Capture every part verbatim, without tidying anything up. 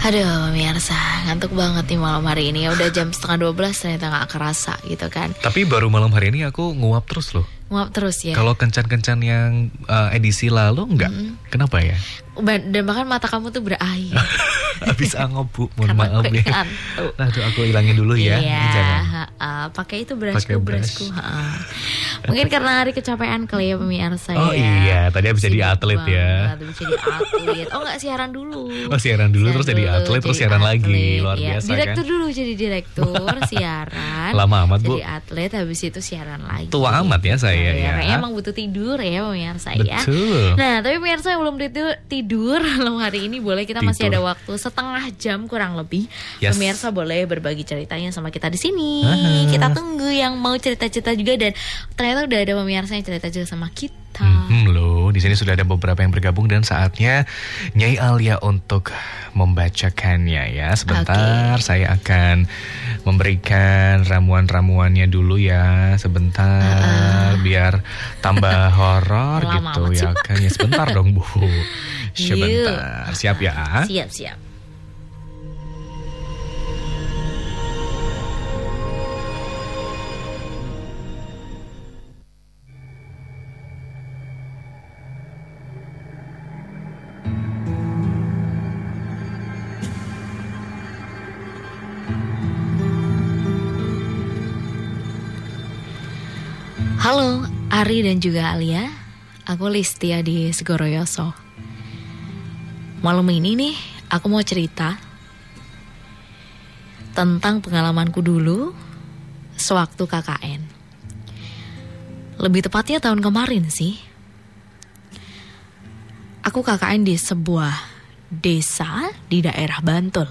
Aduh pemirsa, ngantuk banget nih malam hari ini. Ya udah jam setengah dua belas ternyata gak kerasa gitu kan. Tapi baru malam hari ini aku nguap terus loh. Nguap terus ya. Kalau kencan-kencan yang uh, edisi lalu enggak. Mm-hmm. Kenapa ya? Dan bahkan mata kamu tuh berair. Habis angop Bu, mohon maaf deh. Nah tuh aku ilangin dulu ya. Iya, uh, pakai itu brushku, brushku. Mungkin karena hari kecapean kali ya pemirsa. Oh ya. iya, tadi habis jadi atlet banget, ya. Habis jadi atlet. Oh enggak, siaran dulu. Oh siaran dulu, siaran terus jadi atlet, terus siaran atlet, lagi. Luar ya. biasa direktur kan. dulu jadi direktur siaran. Lama amat Bu. Jadi atlet, habis itu siaran lagi. Tua amat ya saya nah, ya. Kayaknya emang butuh tidur ya pemirsa ya. Betul. Nah tapi pemirsa yang belum tidur, tidur malam hari ini boleh kita tidur. Masih ada waktu setengah jam kurang lebih. Yes. Pemirsa boleh berbagi ceritanya sama kita di sini. Aha. Kita tunggu yang mau cerita-cerita juga, dan ternyata udah ada pemirsa yang cerita juga sama kita. Hmm, loh, di sini sudah ada beberapa yang bergabung dan saatnya Nyai Alia untuk membacakannya ya. Sebentar, okay. Saya akan memberikan ramuan-ramuannya dulu ya. Sebentar, uh, biar tambah horor gitu ya kan. Ya sebentar dong Bu. Sebentar, siap ya? Siap-siap. Halo Ari dan juga Alia, aku Listia di Segoroyoso. Malam ini nih aku mau cerita tentang pengalamanku dulu sewaktu K K N. Lebih tepatnya tahun kemarin sih. Aku K K N di sebuah desa di daerah Bantul.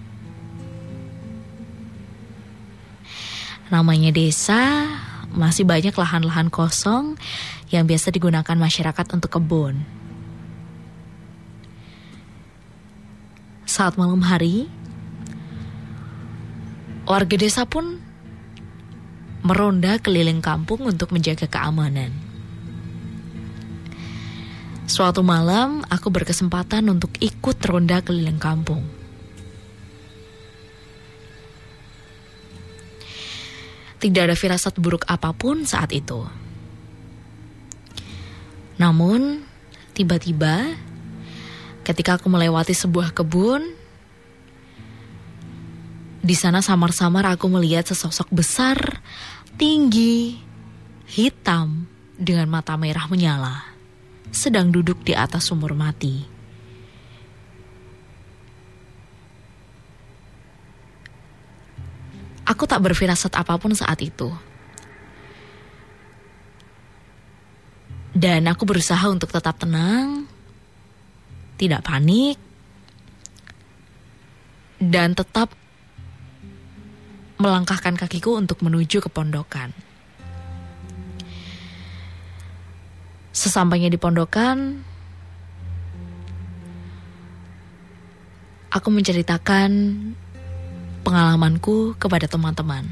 Namanya desa, masih banyak lahan-lahan kosong yang biasa digunakan masyarakat untuk kebun. Saat malam hari, warga desa pun meronda keliling kampung untuk menjaga keamanan. Suatu malam, aku berkesempatan untuk ikut ronda keliling kampung. Tidak ada firasat buruk apapun saat itu. Namun, tiba-tiba ketika aku melewati sebuah kebun, di sana samar-samar aku melihat sesosok besar, tinggi, hitam, dengan mata merah menyala, sedang duduk di atas sumur mati. Aku tak berfirasat apapun saat itu. Dan aku berusaha untuk tetap tenang, tidak panik, dan tetap melangkahkan kakiku untuk menuju ke pondokan. Sesampainya di pondokan, aku menceritakan pengalamanku kepada teman-teman.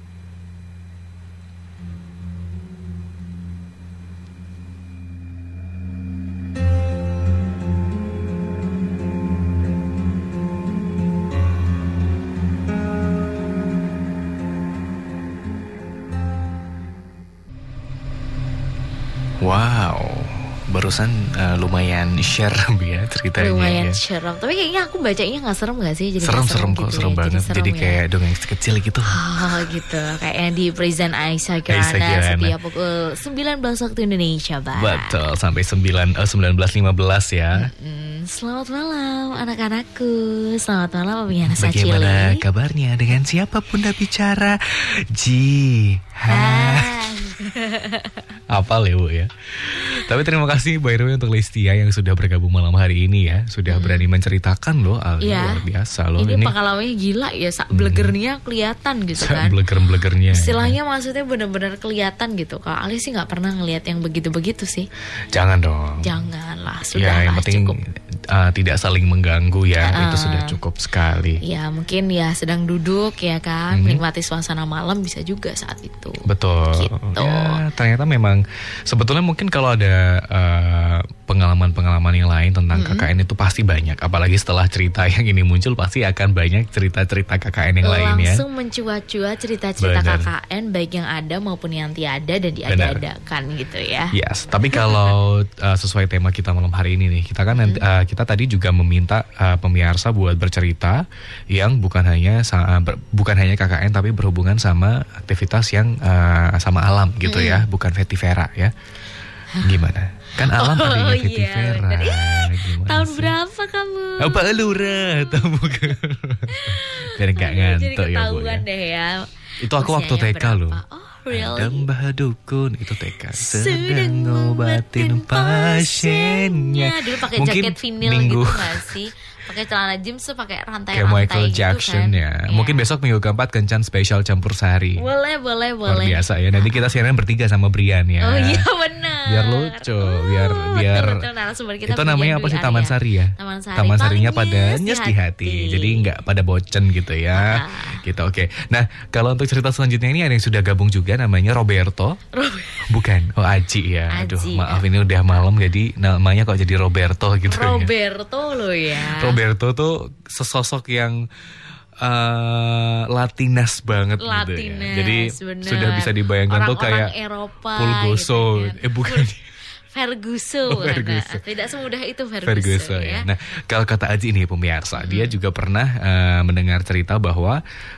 Wow, barusan uh, lumayan serem ya ceritanya. Lumayan ya. serem, tapi kayaknya aku bacanya nggak serem nggak sih? Jadi serem-serem kok, gitu serem ya. banget. Jadi, serem, jadi ya. kayak dongeng kecil gitu. Oh gitu, kayaknya di Present Aisyah Kirana setiap pukul sembilan belas waktu Indonesia Barat. Betul, sampai sembilan, uh, sembilan belas lima belas ya. Mm-mm. Selamat malam anak-anakku, selamat malam pemirsa Cili. Bagaimana kabarnya dengan siapa Bunda bicara? Ji, hai. Apa lewu ya. Tapi terima kasih by the way untuk Listia yang sudah bergabung malam hari ini ya. Sudah hmm. berani menceritakan loh. Ya. Luar biasa loh. Ini, ini pengalamannya gila ya. Sak blegernya kelihatan gitu kan. Bleger-blegernya. Istilahnya ya. Maksudnya benar-benar kelihatan gitu. Kalau Ali sih gak pernah ngelihat yang begitu-begitu sih. Jangan dong. Janganlah. Sudah ya, yang lah penting, cukup. Uh, tidak saling mengganggu ya. Uh, itu sudah cukup sekali. Ya mungkin ya sedang duduk ya kan. Hmm. Menikmati suasana malam bisa juga saat itu. Betul. Gitu. Ya, ternyata memang sebetulnya mungkin kalau ada uh, pengalaman-pengalaman yang lain tentang mm-hmm. K K N itu pasti banyak. Apalagi setelah cerita yang ini muncul pasti akan banyak cerita-cerita K K N yang lain ya. Langsung mencua-cua cerita-cerita Bener. K K N baik yang ada maupun yang tiada dan diada-adakan gitu ya. Yes, tapi kalau uh, sesuai tema kita malam hari ini nih, kita kan mm-hmm. uh, kita tadi juga meminta uh, pemirsa buat bercerita yang bukan hanya uh, ber, bukan hanya K K N tapi berhubungan sama aktivitas yang uh, sama alam gitu mm-hmm. ya, bukan vetivera ya. Gimana? Kan alam oh, adanya vetivera. Iya, tahun sih? Berapa kamu? Apa lu Ra? Tahu biar gak ngantuk ya Bu ya. Deh ya. Itu aku waktu T K loh. Oh, really? Ada Mbah Dukun itu T K sedang ngobatin pasiennya. Dulu pakai jaket vinil minggu. Gitu gak sih? Pakai celana jeans tuh pakai rantai-rantai kayak Michael gitu Jackson kan. ya. Yeah. Mungkin besok minggu keempat kencan spesial campur sari. Boleh, boleh, boleh. Luar biasa ya. Nanti kita siaran bertiga sama Brian ya. Oh iya benar. Biar lucu, biar oh, biar. betul, betul. Kita itu namanya apa sih Taman Sari ya? Taman Sari. Taman Sarinya Paling pada yes, nyes di hati. Jadi nggak pada bocen gitu ya. Ah. Gitu oke. Okay. Nah kalau untuk cerita selanjutnya ini ada yang sudah gabung juga namanya Roberto. Bukan, oh Aji ya. Aduh Aji, maaf ya. Ini udah malam jadi namanya kok jadi Roberto gitu. Roberto ya. Loh ya. Roberto tuh sesosok yang uh, Latinas banget Latinas, gitu ya. Jadi bener. Sudah bisa dibayangkan orang-orang tuh kayak Eropa, Pulgoso, gitu kan. eh bukan Ferguson, oh, Ferguson. Nah, tidak semudah itu Ferguson, Ferguson ya. ya. Nah, kalau kata Aji ini pemirsa, hmm. dia juga pernah uh, mendengar cerita bahwa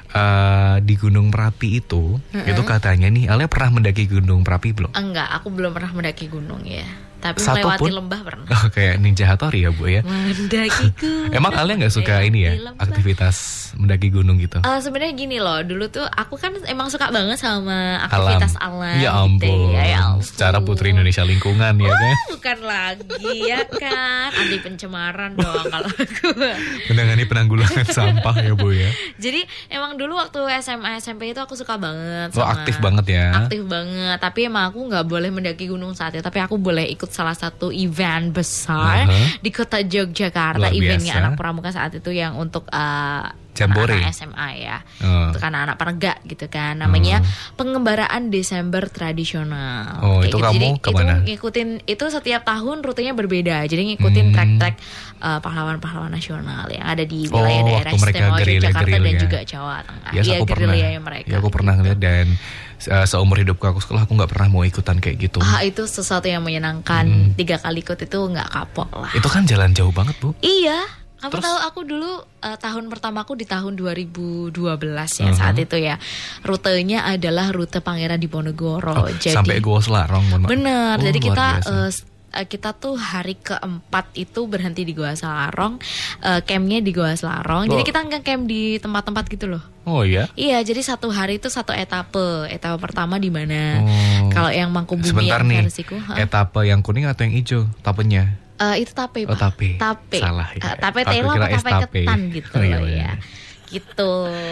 uh, di Gunung Merapi itu, hmm. itu katanya nih, Alia pernah mendaki Gunung Merapi belum? Enggak, aku belum pernah mendaki gunung ya. Tapi Satu melewati pun? lembah pernah. Oh, kayak Ninja Hattori ya Bu ya. Mendaki gunung. Emang Alia nggak suka ini ya lembah. Aktivitas mendaki gunung gitu? Uh, Sebenarnya gini loh, dulu tuh aku kan emang suka banget sama aktivitas alam. alam ya ampun. Gitu, ya, ya ampun. Secara Putri Indonesia Lingkungan ya kan? Uh, bukan lagi ya kan, anti pencemaran dong kalau aku. Menangani penanggulangan sampah ya Bu ya. Jadi emang dulu waktu S M A S M P itu aku suka banget. Lo sama, aktif banget ya? Aktif banget. Tapi emang aku nggak boleh mendaki gunung saat itu. Tapi aku boleh ikut salah satu event besar uh-huh. di kota Yogyakarta. Eventnya anak pramuka saat itu yang untuk uh, Jambore. anak-anak S M A ya, uh. untuk anak-anak penegak gitu kan. Namanya uh. pengembaraan Desember tradisional. Oh kayak itu gitu. kamu Jadi kemana? Itu ngikutin itu setiap tahun rutenya berbeda. Jadi ngikutin hmm. trek-trek uh, pahlawan-pahlawan nasional yang ada di wilayah oh, daerah istimewa Yogyakarta dan juga Jawa Tengah. Yes, ya gerilya mereka. Ya aku pernah gitu. Ngeliat dan uh, seumur hidupku aku sekolah aku nggak pernah mau ikutan kayak gitu. Ah itu sesuatu yang menyenangkan. Hmm. Tiga kali ikut itu nggak kapok lah. Itu kan jalan jauh banget Bu. Iya. Kamu Terus? tahu aku dulu uh, tahun pertamaku di tahun dua ribu dua belas ya uh-huh. saat itu ya. Rutenya adalah rute Pangeran Diponegoro. Oh, jadi sampai Goa Selarong. Benar. Oh, jadi kita uh, kita tuh hari keempat itu berhenti di Goa Selarong, uh, campnya di Goa Selarong. Loh. Jadi kita nggak camp di tempat-tempat gitu loh. Oh iya? Iya, jadi satu hari itu satu etape. Etape pertama di mana? Oh. Kalau yang Mangkubumi Sebentar yang nih, versiku, etape yang kuning atau yang hijau tapenya? Uh, itu tape, oh, tape. tape. Salah ya. Uh, tape telo apa tape ketan gitu oh, iya, loh ya. Gitu.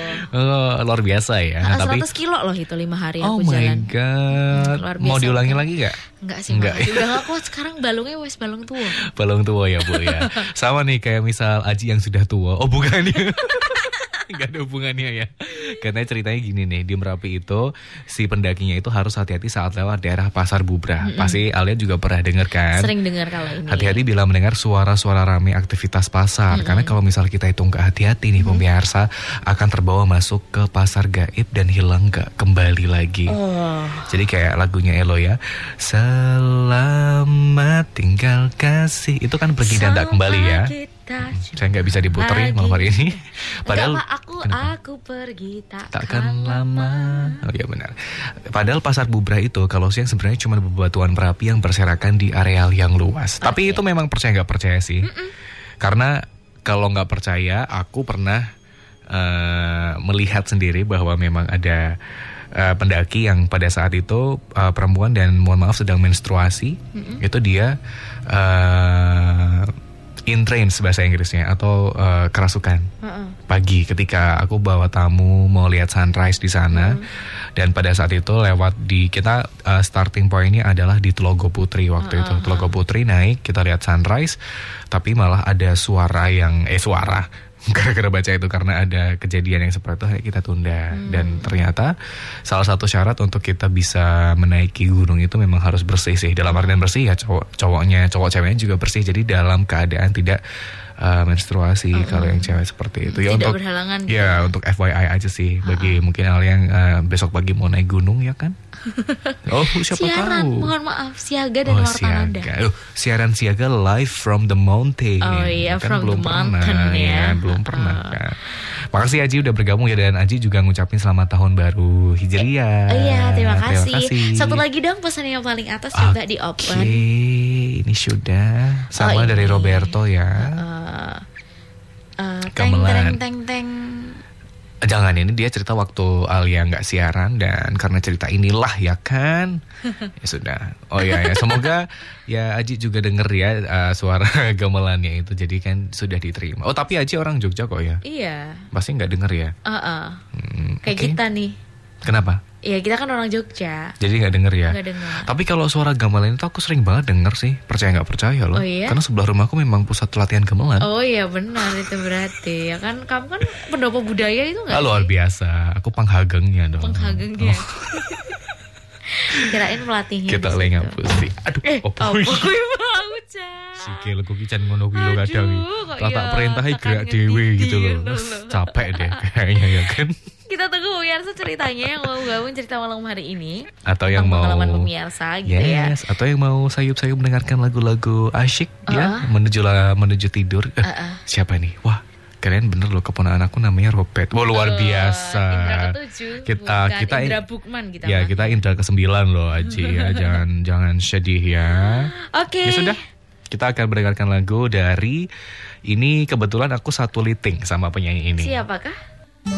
Oh, luar biasa ya. Nah, tapi seratus kilo loh itu lima hari oh aku jalan. Oh my god. Luar biasa. Mau diulangi kan? lagi gak? Enggak sih. Enggak. Udah gak kuat sekarang balungnya wes balung tua. Balung tua ya Bu ya. Sama nih kayak misal Aji yang sudah tua. Oh bukan ya. Gak ada hubungannya ya. Karena ceritanya gini nih, di Merapi itu si pendakinya itu harus hati-hati saat lewat daerah Pasar Bubrah. Mm-hmm. Pasti Alia juga pernah dengar kan? Sering dengar kalau ini. Hati-hati bila mendengar suara-suara ramai aktivitas pasar. Mm-hmm. Karena kalau misal kita itu gak hati-hati nih mm-hmm. pemirsa, akan terbawa masuk ke pasar gaib dan hilang gak kembali lagi. Oh. Jadi kayak lagunya Elo ya, selamat tinggal kasih. Itu kan pergi dan tak kembali ya. Saya nggak bisa diputerin malam hari ini. Padahal Enggak, aku kenapa? aku pergi tak takkan lama. Oh iya benar. Padahal Pasar Bubrah itu kalau siang sebenarnya cuma bebatuan Merapi yang berserakan di areal yang luas. Okay. Tapi itu memang percaya nggak percaya sih. Mm-mm. Karena kalau nggak percaya, aku pernah uh, melihat sendiri bahwa memang ada uh, pendaki yang pada saat itu uh, perempuan dan mohon maaf sedang menstruasi. Mm-mm. Itu dia. Uh, in trance bahasa Inggrisnya atau uh, kerasukan uh-uh. pagi ketika aku bawa tamu mau lihat sunrise di sana uh-uh. dan pada saat itu lewat di kita uh, starting pointnya adalah di Tlogo Putri waktu uh-uh. itu Tlogo Putri naik kita lihat sunrise tapi malah ada suara yang eh suara gara-gara baca itu, karena ada kejadian yang seperti itu kita tunda. Hmm. Dan ternyata salah satu syarat untuk kita bisa menaiki gunung itu memang harus bersih sih. Dalam artian bersih ya cowok cowoknya, cowok ceweknya juga bersih. Jadi dalam keadaan tidak uh, menstruasi. Uh-uh. Kalau yang cewek seperti itu ya, tidak untuk berhalangan. Ya gitu. Untuk F Y I aja sih bagi uh-uh. mungkin hal yang uh, besok pagi mau naik gunung ya kan. Oh siapa siaran, tahu. Mohon maaf, siaga dan oh, Warta Nada. Uh, siaran siaga live from the mountain. Oh iya, kan from belum the pernah, mountain ya. ya belum uh. pernah kan. Makasih Aji udah bergabung ya, dan Aji juga ngucapin selamat tahun baru Hijriah. Eh, iya, terima kasih. terima kasih. Satu lagi dong pesan yang paling atas coba okay, di open. Oke, ini sudah sama oh, dari Roberto ya. Uh, uh, teng teng teng teng. Jangan, ini dia cerita waktu Alia nggak siaran, dan karena cerita inilah ya kan. Ya sudah. Oh ya ya, semoga ya Aji juga denger ya uh, suara gamelannya itu, jadi kan sudah diterima. Oh tapi Aji orang Jogja kok ya. Iya. Pasti nggak denger ya. Uh-uh. Hmm, Kayak okay. kita nih. Kenapa? Iya, kita kan orang Jogja. Jadi gak denger ya? Gak denger. Tapi kalau suara gamelan itu aku sering banget denger sih. Percaya gak percaya loh. Oh iya? Karena sebelah rumahku memang pusat latihan gamelan. Oh iya benar, itu berarti. Ya kan, kamu kan pendopo budaya itu gak? Ah, luar biasa. Aku penghagengnya dong. Penghagengnya. Oh. Kirain pelatihnya. Kita lagi ngapus sih. Aduh, eh, apa kuwi mau, Cak. Sikil ku kican ngono kuwi lho kadang. Lah tak perintahi gerak dhewe gitu loh. Capek deh kayaknya ya kan. Kita tunggu pemirsa ceritanya yang mau gabung cerita malam hari ini, atau yang mau pengalaman pemirsa gitu yes, ya. Atau yang mau sayup-sayup mendengarkan lagu-lagu asyik uh-uh. ya menuju lah menuju tidur. Eh, uh-uh. Siapa nih? Wah, kalian bener loh, keponakan aku namanya Robert. Wah, luar uh, biasa. Indra ketujuh, kita bukan kita Indra Bukman kita. Ya, mah. Kita Indra kesembilan loh Aji ya. Jangan jangan sedih ya. Oke. Okay. Ya sudah. Kita akan mendengarkan lagu dari ini, kebetulan aku satu liting sama penyanyi ini. Siapakah?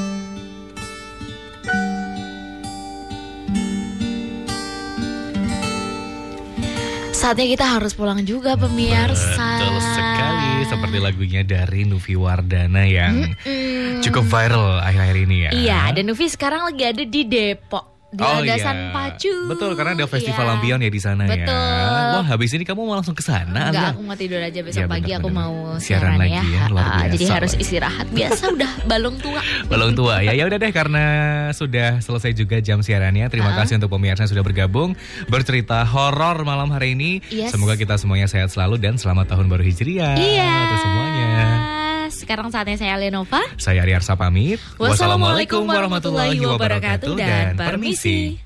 Saatnya kita harus pulang juga pemirsa. Betul sekali, seperti lagunya dari Nufi Wardana yang Mm-mm. cukup viral akhir-akhir ini ya. Iya, dan Nufi sekarang lagi ada di Depok. Di oh, Landasan iya. Pacu. Betul, karena ada festival iya. lampion ya di sana. Betul. Ya. Wah, habis ini kamu mau langsung ke sana? Enggak, aku mau tidur aja, besok ya, pagi bener, aku bener. mau siaran, siaran lagi ya. ya luar biasa, jadi harus istirahat. Biasa udah balong tua. Balong tua. Ya ya udah deh, karena sudah selesai juga jam siarannya. Terima uh-huh. kasih untuk pemirsa yang sudah bergabung bercerita horor malam hari ini. Yes. Semoga kita semuanya sehat selalu dan selamat tahun baru Hijriah iya. untuk semuanya. Sekarang saatnya saya Lenova. Saya Ariarsa pamit. Wassalamualaikum warahmatullahi wabarakatuh dan permisi.